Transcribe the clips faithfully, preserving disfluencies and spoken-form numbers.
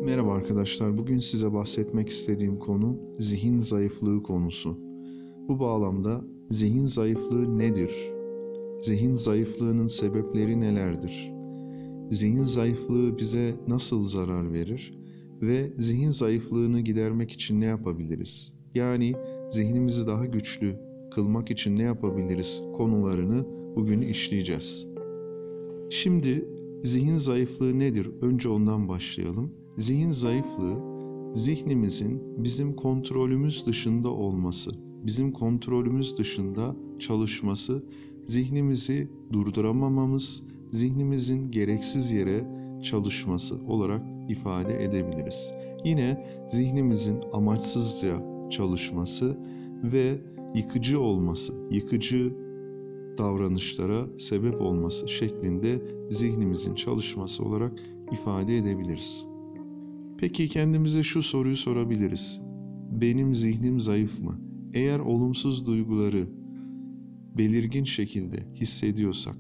Merhaba arkadaşlar, bugün size bahsetmek istediğim konu zihin zayıflığı konusu. Bu bağlamda zihin zayıflığı nedir? Zihin zayıflığının sebepleri nelerdir? Zihin zayıflığı bize nasıl zarar verir? Ve zihin zayıflığını gidermek için ne yapabiliriz? Yani zihnimizi daha güçlü kılmak için ne yapabiliriz konularını bugün işleyeceğiz. Şimdi zihin zayıflığı nedir? Önce ondan başlayalım. Zihin zayıflığı, zihnimizin bizim kontrolümüz dışında olması, bizim kontrolümüz dışında çalışması, zihnimizi durduramamamız, zihnimizin gereksiz yere çalışması olarak ifade edebiliriz. Yine zihnimizin amaçsızca çalışması ve yıkıcı olması, yıkıcı davranışlara sebep olması şeklinde zihnimizin çalışması olarak ifade edebiliriz. Peki kendimize şu soruyu sorabiliriz. Benim zihnim zayıf mı? Eğer olumsuz duyguları belirgin şekilde hissediyorsak,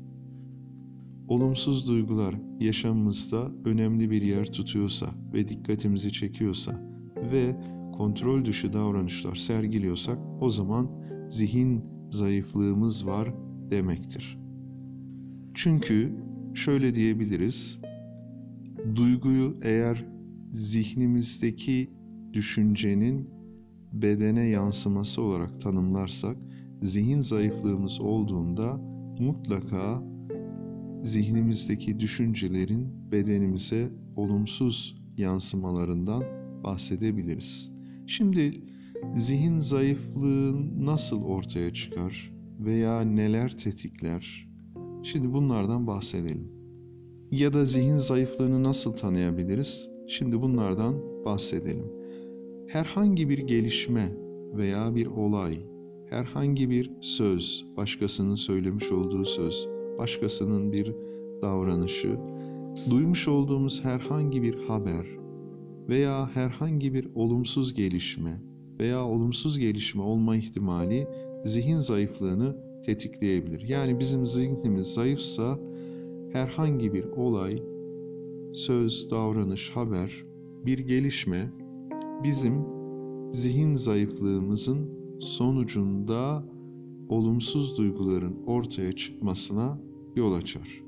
olumsuz duygular yaşamımızda önemli bir yer tutuyorsa ve dikkatimizi çekiyorsa ve kontrol dışı davranışlar sergiliyorsak, o zaman zihin zayıflığımız var demektir. Çünkü şöyle diyebiliriz, duyguyu eğer zihnimizdeki düşüncenin bedene yansıması olarak tanımlarsak, zihin zayıflığımız olduğunda mutlaka zihnimizdeki düşüncelerin bedenimize olumsuz yansımalarından bahsedebiliriz. Şimdi zihin zayıflığı nasıl ortaya çıkar veya neler tetikler? Şimdi bunlardan bahsedelim. Ya da zihin zayıflığını nasıl tanıyabiliriz? Şimdi bunlardan bahsedelim. Herhangi bir gelişme veya bir olay, herhangi bir söz, başkasının söylemiş olduğu söz, başkasının bir davranışı, duymuş olduğumuz herhangi bir haber veya herhangi bir olumsuz gelişme veya olumsuz gelişme olma ihtimali zihin zayıflığını tetikleyebilir. Yani bizim zihnimiz zayıfsa herhangi bir olay, söz, davranış, haber, bir gelişme bizim zihin zayıflığımızın sonucunda olumsuz duyguların ortaya çıkmasına yol açar.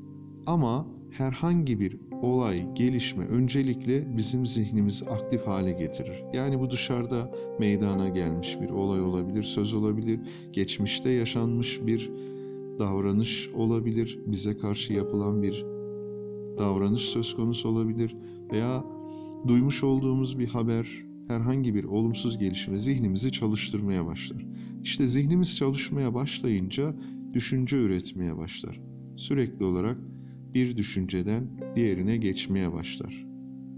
Ama herhangi bir olay, gelişme öncelikle bizim zihnimizi aktif hale getirir. Yani bu dışarıda meydana gelmiş bir olay olabilir, söz olabilir, geçmişte yaşanmış bir davranış olabilir, bize karşı yapılan bir davranış söz konusu olabilir veya duymuş olduğumuz bir haber, herhangi bir olumsuz gelişme zihnimizi çalıştırmaya başlar. İşte zihnimiz çalışmaya başlayınca düşünce üretmeye başlar. Sürekli olarak bir düşünceden diğerine geçmeye başlar.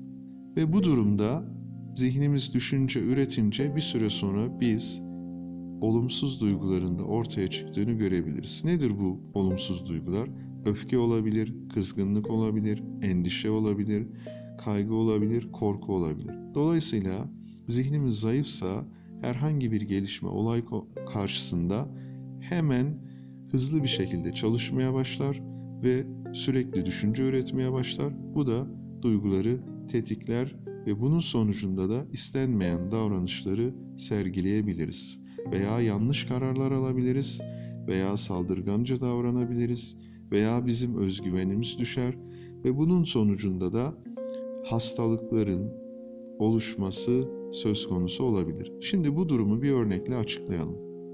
Ve bu durumda zihnimiz düşünce üretince bir süre sonra biz olumsuz duyguların da ortaya çıktığını görebiliriz. Nedir bu olumsuz duygular? Öfke olabilir, kızgınlık olabilir, endişe olabilir, kaygı olabilir, korku olabilir. Dolayısıyla zihnimiz zayıfsa herhangi bir gelişme, olay karşısında hemen hızlı bir şekilde çalışmaya başlar ve sürekli düşünce üretmeye başlar. Bu da duyguları tetikler ve bunun sonucunda da istenmeyen davranışları sergileyebiliriz. Veya yanlış kararlar alabiliriz veya saldırganca davranabiliriz veya bizim özgüvenimiz düşer ve bunun sonucunda da hastalıkların oluşması söz konusu olabilir. Şimdi bu durumu bir örnekle açıklayalım.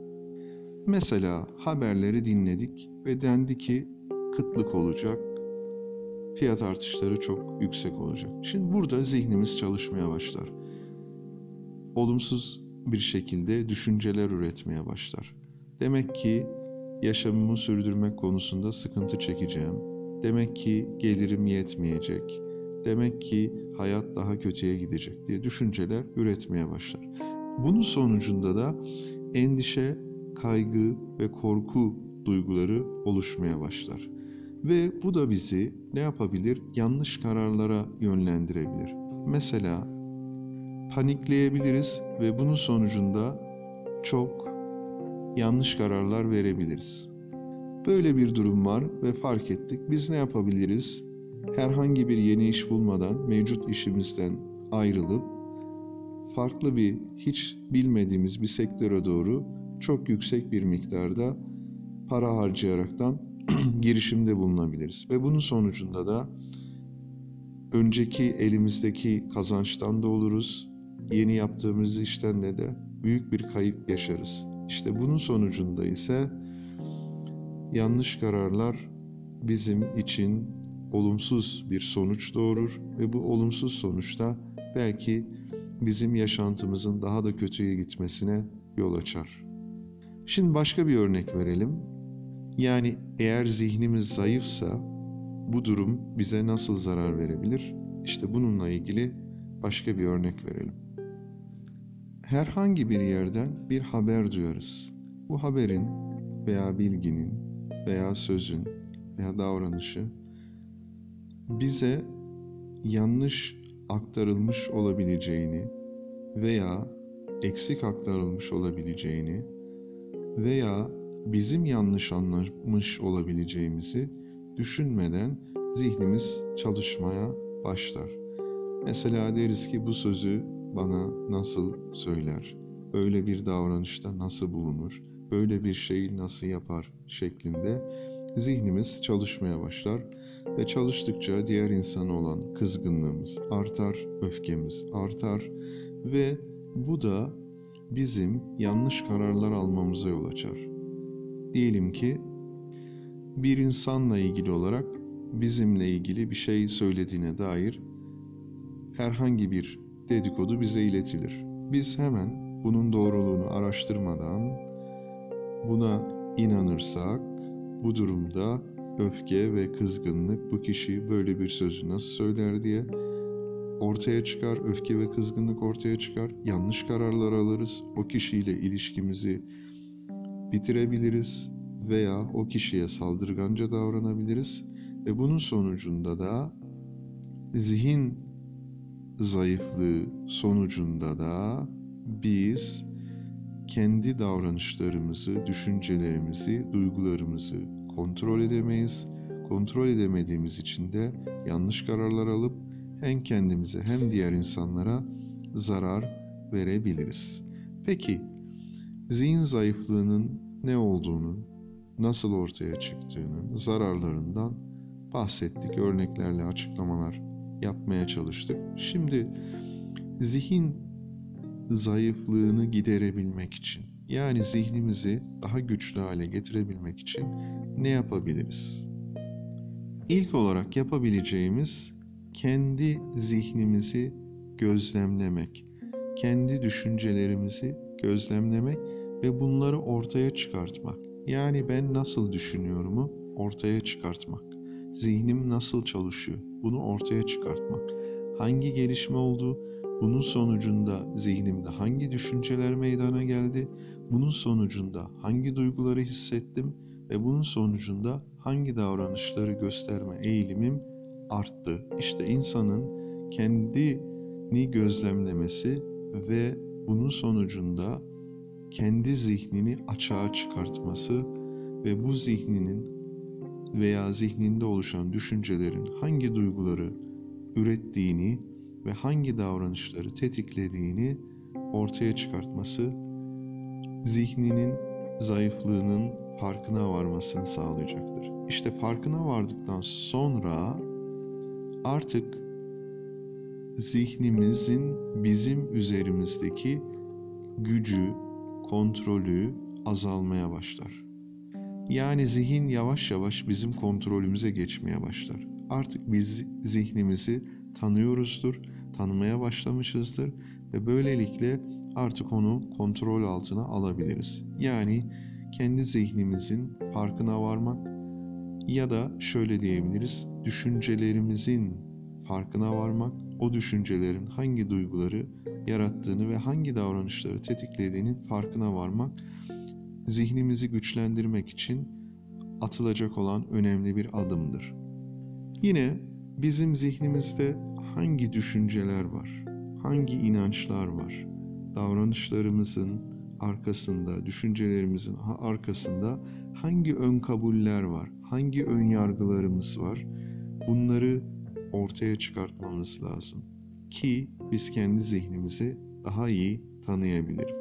Mesela haberleri dinledik ve dendi ki kıtlık olacak, fiyat artışları çok yüksek olacak. Şimdi burada zihnimiz çalışmaya başlar. Olumsuz bir şekilde düşünceler üretmeye başlar. Demek ki yaşamımı sürdürmek konusunda sıkıntı çekeceğim. Demek ki gelirim yetmeyecek. Demek ki hayat daha kötüye gidecek diye düşünceler üretmeye başlar. Bunun sonucunda da endişe, kaygı ve korku duyguları oluşmaya başlar. Ve bu da bizi ne yapabilir? Yanlış kararlara yönlendirebilir. Mesela panikleyebiliriz ve bunun sonucunda çok yanlış kararlar verebiliriz. Böyle bir durum var ve fark ettik. Biz ne yapabiliriz? herhangi bir yeni iş bulmadan mevcut işimizden ayrılıp farklı bir, hiç bilmediğimiz bir sektöre doğru çok yüksek bir miktarda para harcayaraktan girişimde bulunabiliriz. Ve bunun sonucunda da önceki elimizdeki kazançtan da oluruz. Yeni yaptığımız işten de de büyük bir kayıp yaşarız. İşte bunun sonucunda ise yanlış kararlar bizim için olumsuz bir sonuç doğurur ve bu olumsuz sonuçta belki bizim yaşantımızın daha da kötüye gitmesine yol açar. Şimdi başka bir örnek verelim. Yani eğer zihnimiz zayıfsa bu durum bize nasıl zarar verebilir? İşte bununla ilgili başka bir örnek verelim. Herhangi bir yerden bir haber duyarız. Bu haberin veya bilginin veya sözün veya davranışı bize yanlış aktarılmış olabileceğini veya eksik aktarılmış olabileceğini veya bizim yanlış anlamış olabileceğimizi düşünmeden zihnimiz çalışmaya başlar. Mesela deriz ki bu sözü bana nasıl söyler, böyle bir davranışta nasıl bulunur, böyle bir şeyi nasıl yapar şeklinde zihnimiz çalışmaya başlar ve çalıştıkça diğer insana olan kızgınlığımız artar, öfkemiz artar ve bu da bizim yanlış kararlar almamıza yol açar. Diyelim ki bir insanla ilgili olarak bizimle ilgili bir şey söylediğine dair herhangi bir dedikodu bize iletilir. Biz hemen bunun doğruluğunu araştırmadan buna inanırsak bu durumda öfke ve kızgınlık bu kişi böyle bir sözü nasıl söyler diye ortaya çıkar, öfke ve kızgınlık ortaya çıkar, yanlış kararlar alırız, o kişiyle ilişkimizi bitirebiliriz veya o kişiye saldırganca davranabiliriz ve bunun sonucunda da zihin zayıflığı sonucunda da biz kendi davranışlarımızı, düşüncelerimizi, duygularımızı kontrol edemeyiz. Kontrol edemediğimiz için de yanlış kararlar alıp hem kendimize hem diğer insanlara zarar verebiliriz. Peki, zihin zayıflığının ne olduğunu, nasıl ortaya çıktığının, zararlarından bahsettik, örneklerle açıklamalar yapmaya çalıştık. Şimdi zihin zayıflığını giderebilmek için, yani zihnimizi daha güçlü hale getirebilmek için ne yapabiliriz? İlk olarak yapabileceğimiz kendi zihnimizi gözlemlemek, kendi düşüncelerimizi gözlemlemek ve bunları ortaya çıkartmak. Yani ben nasıl düşünüyorumu ortaya çıkartmak. Zihnim nasıl çalışıyor? Bunu ortaya çıkartmak. Hangi gelişme oldu? Bunun sonucunda zihnimde hangi düşünceler meydana geldi? Bunun sonucunda hangi duyguları hissettim? Ve bunun sonucunda hangi davranışları gösterme eğilimim arttı? İşte insanın kendini gözlemlemesi ve bunun sonucunda kendi zihnini açığa çıkartması ve bu zihninin veya zihninde oluşan düşüncelerin hangi duyguları ürettiğini ve hangi davranışları tetiklediğini ortaya çıkartması zihninin zayıflığının farkına varmasını sağlayacaktır. İşte farkına vardıktan sonra artık zihnimizin bizim üzerimizdeki gücü, kontrolü azalmaya başlar. Yani zihin yavaş yavaş bizim kontrolümüze geçmeye başlar. Artık biz zihnimizi tanıyoruzdur, tanımaya başlamışızdır ve böylelikle artık onu kontrol altına alabiliriz. Yani kendi zihnimizin farkına varmak ya da şöyle diyebiliriz, düşüncelerimizin farkına varmak, o düşüncelerin hangi duyguları yarattığını ve hangi davranışları tetiklediğinin farkına varmak, zihnimizi güçlendirmek için atılacak olan önemli bir adımdır. Yine bizim zihnimizde hangi düşünceler var, hangi inançlar var, davranışlarımızın arkasında, düşüncelerimizin arkasında hangi ön kabuller var, hangi ön yargılarımız var, bunları ortaya çıkartmamız lazım ki biz kendi zihnimizi daha iyi tanıyabilirim.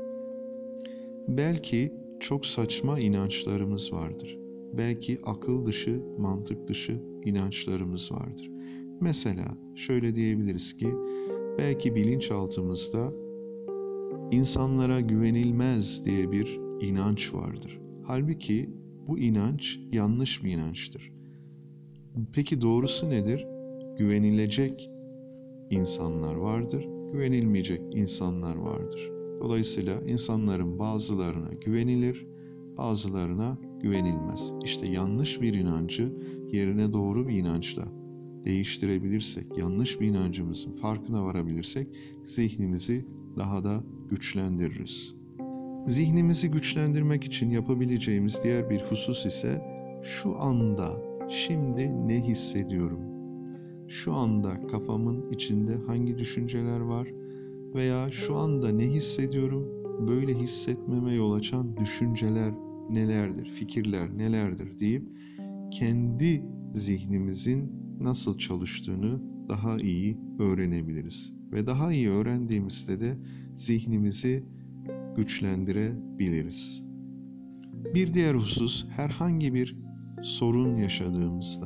Belki çok saçma inançlarımız vardır. Belki akıl dışı, mantık dışı inançlarımız vardır. Mesela şöyle diyebiliriz ki, belki bilinçaltımızda insanlara güvenilmez diye bir inanç vardır. Halbuki bu inanç yanlış bir inançtır. Peki doğrusu nedir? Güvenilecek insanlar vardır, güvenilmeyecek insanlar vardır. Dolayısıyla insanların bazılarına güvenilir, bazılarına güvenilmez. İşte yanlış bir inancı yerine doğru bir inançla değiştirebilirsek, yanlış bir inancımızın farkına varabilirsek zihnimizi daha da güçlendiririz. Zihnimizi güçlendirmek için yapabileceğimiz diğer bir husus ise şu anda, şimdi ne hissediyorum? Şu anda kafamın içinde hangi düşünceler var veya şu anda ne hissediyorum? Böyle hissetmeme yol açan düşünceler nelerdir, fikirler nelerdir deyip kendi zihnimizin nasıl çalıştığını daha iyi öğrenebiliriz. Ve daha iyi öğrendiğimizde de zihnimizi güçlendirebiliriz. Bir diğer husus, herhangi bir sorun yaşadığımızda,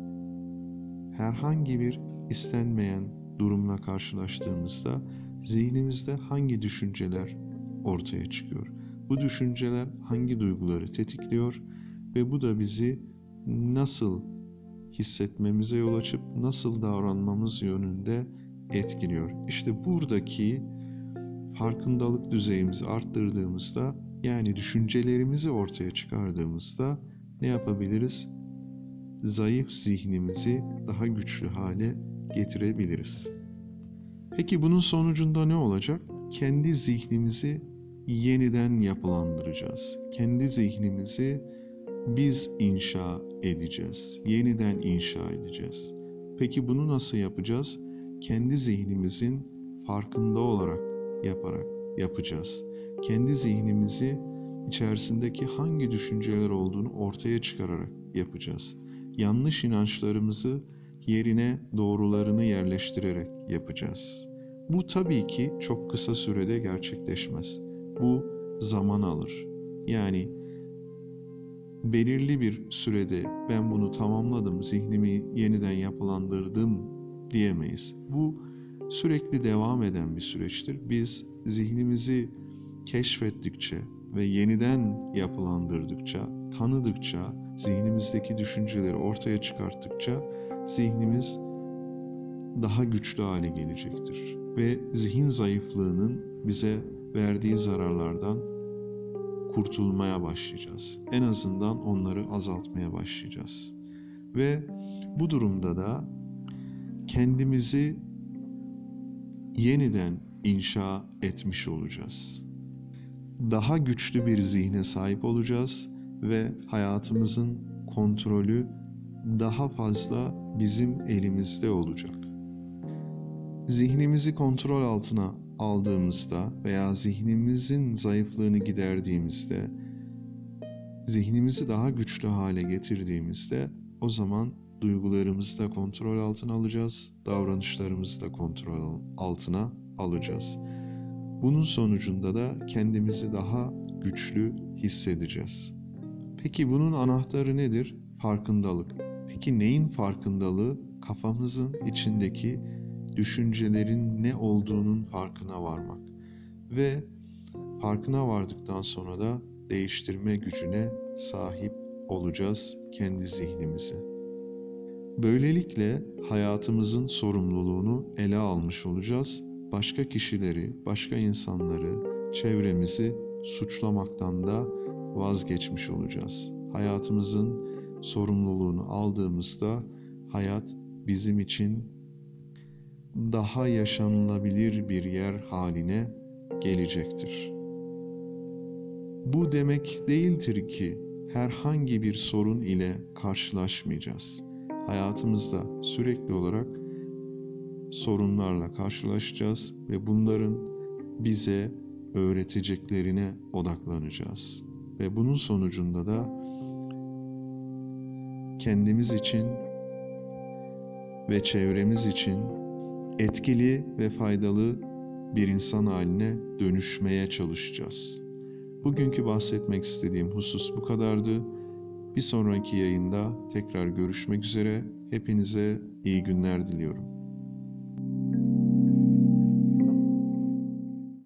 herhangi bir istenmeyen durumla karşılaştığımızda zihnimizde hangi düşünceler ortaya çıkıyor? Bu düşünceler hangi duyguları tetikliyor ve bu da bizi nasıl hissetmemize yol açıp nasıl davranmamız yönünde etkiliyor? İşte buradaki farkındalık düzeyimizi arttırdığımızda, yani düşüncelerimizi ortaya çıkardığımızda ne yapabiliriz? Zayıf zihnimizi daha güçlü hale getirebiliriz. Peki bunun sonucunda ne olacak? Kendi zihnimizi yeniden yapılandıracağız. Kendi zihnimizi biz inşa edeceğiz. Yeniden inşa edeceğiz. Peki bunu nasıl yapacağız? Kendi zihnimizin farkında olarak yaparak yapacağız. Kendi zihnimizi içerisindeki hangi düşünceler olduğunu ortaya çıkararak yapacağız. Yanlış inançlarımızı yerine doğrularını yerleştirerek yapacağız. Bu tabii ki çok kısa sürede gerçekleşmez. Bu zaman alır. Yani belirli bir sürede ben bunu tamamladım, zihnimi yeniden yapılandırdım diyemeyiz. Bu sürekli devam eden bir süreçtir. Biz zihnimizi keşfettikçe ve yeniden yapılandırdıkça, tanıdıkça, zihnimizdeki düşünceleri ortaya çıkarttıkça zihnimiz daha güçlü hale gelecektir. Ve zihin zayıflığının bize verdiği zararlardan kurtulmaya başlayacağız. En azından onları azaltmaya başlayacağız. Ve bu durumda da kendimizi yeniden inşa etmiş olacağız. Daha güçlü bir zihne sahip olacağız ve hayatımızın kontrolü daha fazla bizim elimizde olacak. Zihnimizi kontrol altına aldığımızda veya zihnimizin zayıflığını giderdiğimizde, zihnimizi daha güçlü hale getirdiğimizde o zaman duygularımızı da kontrol altına alacağız, davranışlarımızı da kontrol altına alacağız. Bunun sonucunda da kendimizi daha güçlü hissedeceğiz. Peki bunun anahtarı nedir? Farkındalık. Peki neyin farkındalığı? Kafamızın içindeki düşüncelerin ne olduğunun farkına varmak. Ve farkına vardıktan sonra da değiştirme gücüne sahip olacağız kendi zihnimizi. Böylelikle hayatımızın sorumluluğunu ele almış olacağız. Başka kişileri, başka insanları, çevremizi suçlamaktan da vazgeçmiş olacağız. Hayatımızın sorumluluğunu aldığımızda hayat bizim için daha yaşanılabilir bir yer haline gelecektir. Bu demek değildir ki herhangi bir sorun ile karşılaşmayacağız. Hayatımızda sürekli olarak sorunlarla karşılaşacağız ve bunların bize öğreteceklerine odaklanacağız. Ve bunun sonucunda da kendimiz için ve çevremiz için etkili ve faydalı bir insan haline dönüşmeye çalışacağız. Bugünkü bahsetmek istediğim husus bu kadardı. Bir sonraki yayında tekrar görüşmek üzere. Hepinize iyi günler diliyorum.